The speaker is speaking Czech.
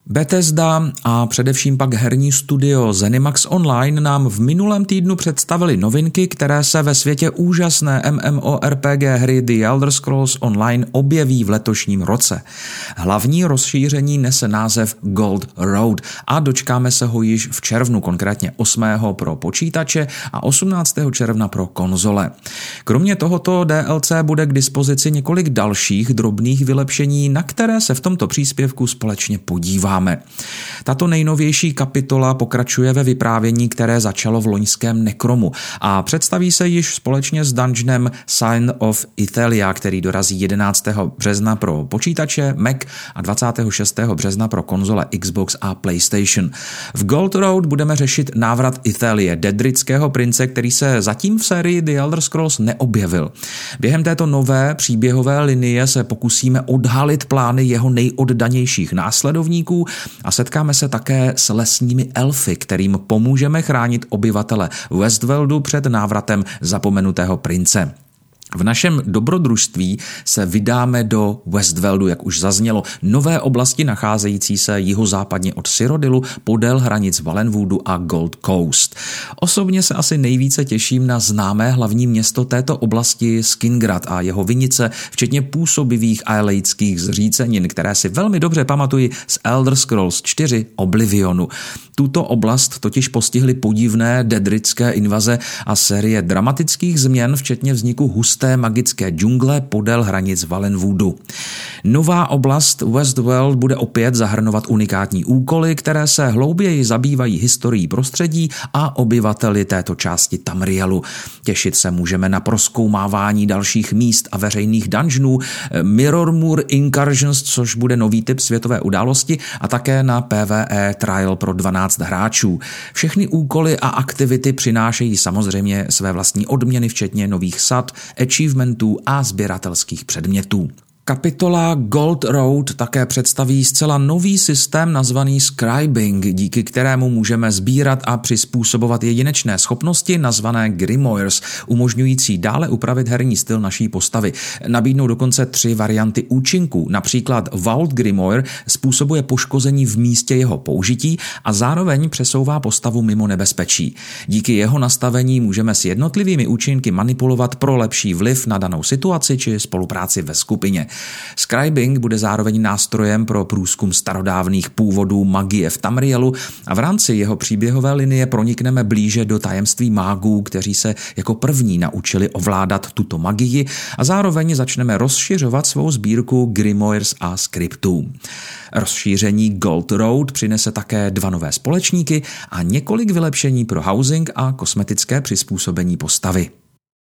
Bethesda a především pak herní studio ZeniMax Online nám v minulém týdnu představili novinky, které se ve světě úžasné MMORPG hry The Elder Scrolls Online objeví v letošním roce. Hlavní rozšíření nese název Gold Road a dočkáme se ho již v červnu, konkrétně 8. pro počítače a 18. června pro konzole. Kromě tohoto DLC bude k dispozici několik dalších drobných vylepšení, na které se v tomto příspěvku společně podíváme. Tato nejnovější kapitola pokračuje ve vyprávění, které začalo v loňském Necromu a představí se již společně s dungeonem Sign of Ithelia, který dorazí 11. března pro počítače, Mac a 26. března pro konzole Xbox a PlayStation. V Gold Road budeme řešit návrat Ithelie, dedrického prince, který se zatím v sérii The Elder Scrolls neobjevil. Během této nové příběhové linie se pokusíme odhalit plány jeho nejoddanějších následovníků a setkáme se také s lesními elfy, kterým pomůžeme chránit obyvatele Westveldu před návratem zapomenutého prince. V našem dobrodružství se vydáme do Westveldu, jak už zaznělo, nové oblasti nacházející se jihozápadně od Cyrodiilu podél hranic Valenwoodu a Gold Coast. Osobně se asi nejvíce těším na známé hlavní město této oblasti Skingrad a jeho vinice, včetně působivých aelejských zřícenin, které si velmi dobře pamatuji z Elder Scrolls 4 Oblivionu. Tuto oblast totiž postihly podivné dedrické invaze a série dramatických změn, včetně vzniku husté magické džungle podél hranic Valenwoodu. Nová oblast Westworld bude opět zahrnovat unikátní úkoly, které se hlouběji zabývají historií prostředí a obyvateli této části Tamrielu. Těšit se můžeme na prozkoumávání dalších míst a veřejných dungeonů, Mirrormoor Incursions, což bude nový typ světové události, a také na PvE Trial pro 12 hráčů. Všechny úkoly a aktivity přinášejí samozřejmě své vlastní odměny, včetně nových sad, achievementů a sběratelských předmětů. Kapitola Gold Road také představí zcela nový systém nazvaný Scribing, díky kterému můžeme sbírat a přizpůsobovat jedinečné schopnosti nazvané Grimoires, umožňující dále upravit herní styl naší postavy. Nabídnou dokonce 3 varianty účinků. Například Vault Grimoire způsobuje poškození v místě jeho použití a zároveň přesouvá postavu mimo nebezpečí. Díky jeho nastavení můžeme s jednotlivými účinky manipulovat pro lepší vliv na danou situaci či spolupráci ve skupině. Scribing bude zároveň nástrojem pro průzkum starodávných původů magie v Tamrielu a v rámci jeho příběhové linie pronikneme blíže do tajemství mágů, kteří se jako první naučili ovládat tuto magii, a zároveň začneme rozšiřovat svou sbírku Grimoires a skriptů. Rozšíření Gold Road přinese také 2 nové společníky a několik vylepšení pro housing a kosmetické přizpůsobení postavy.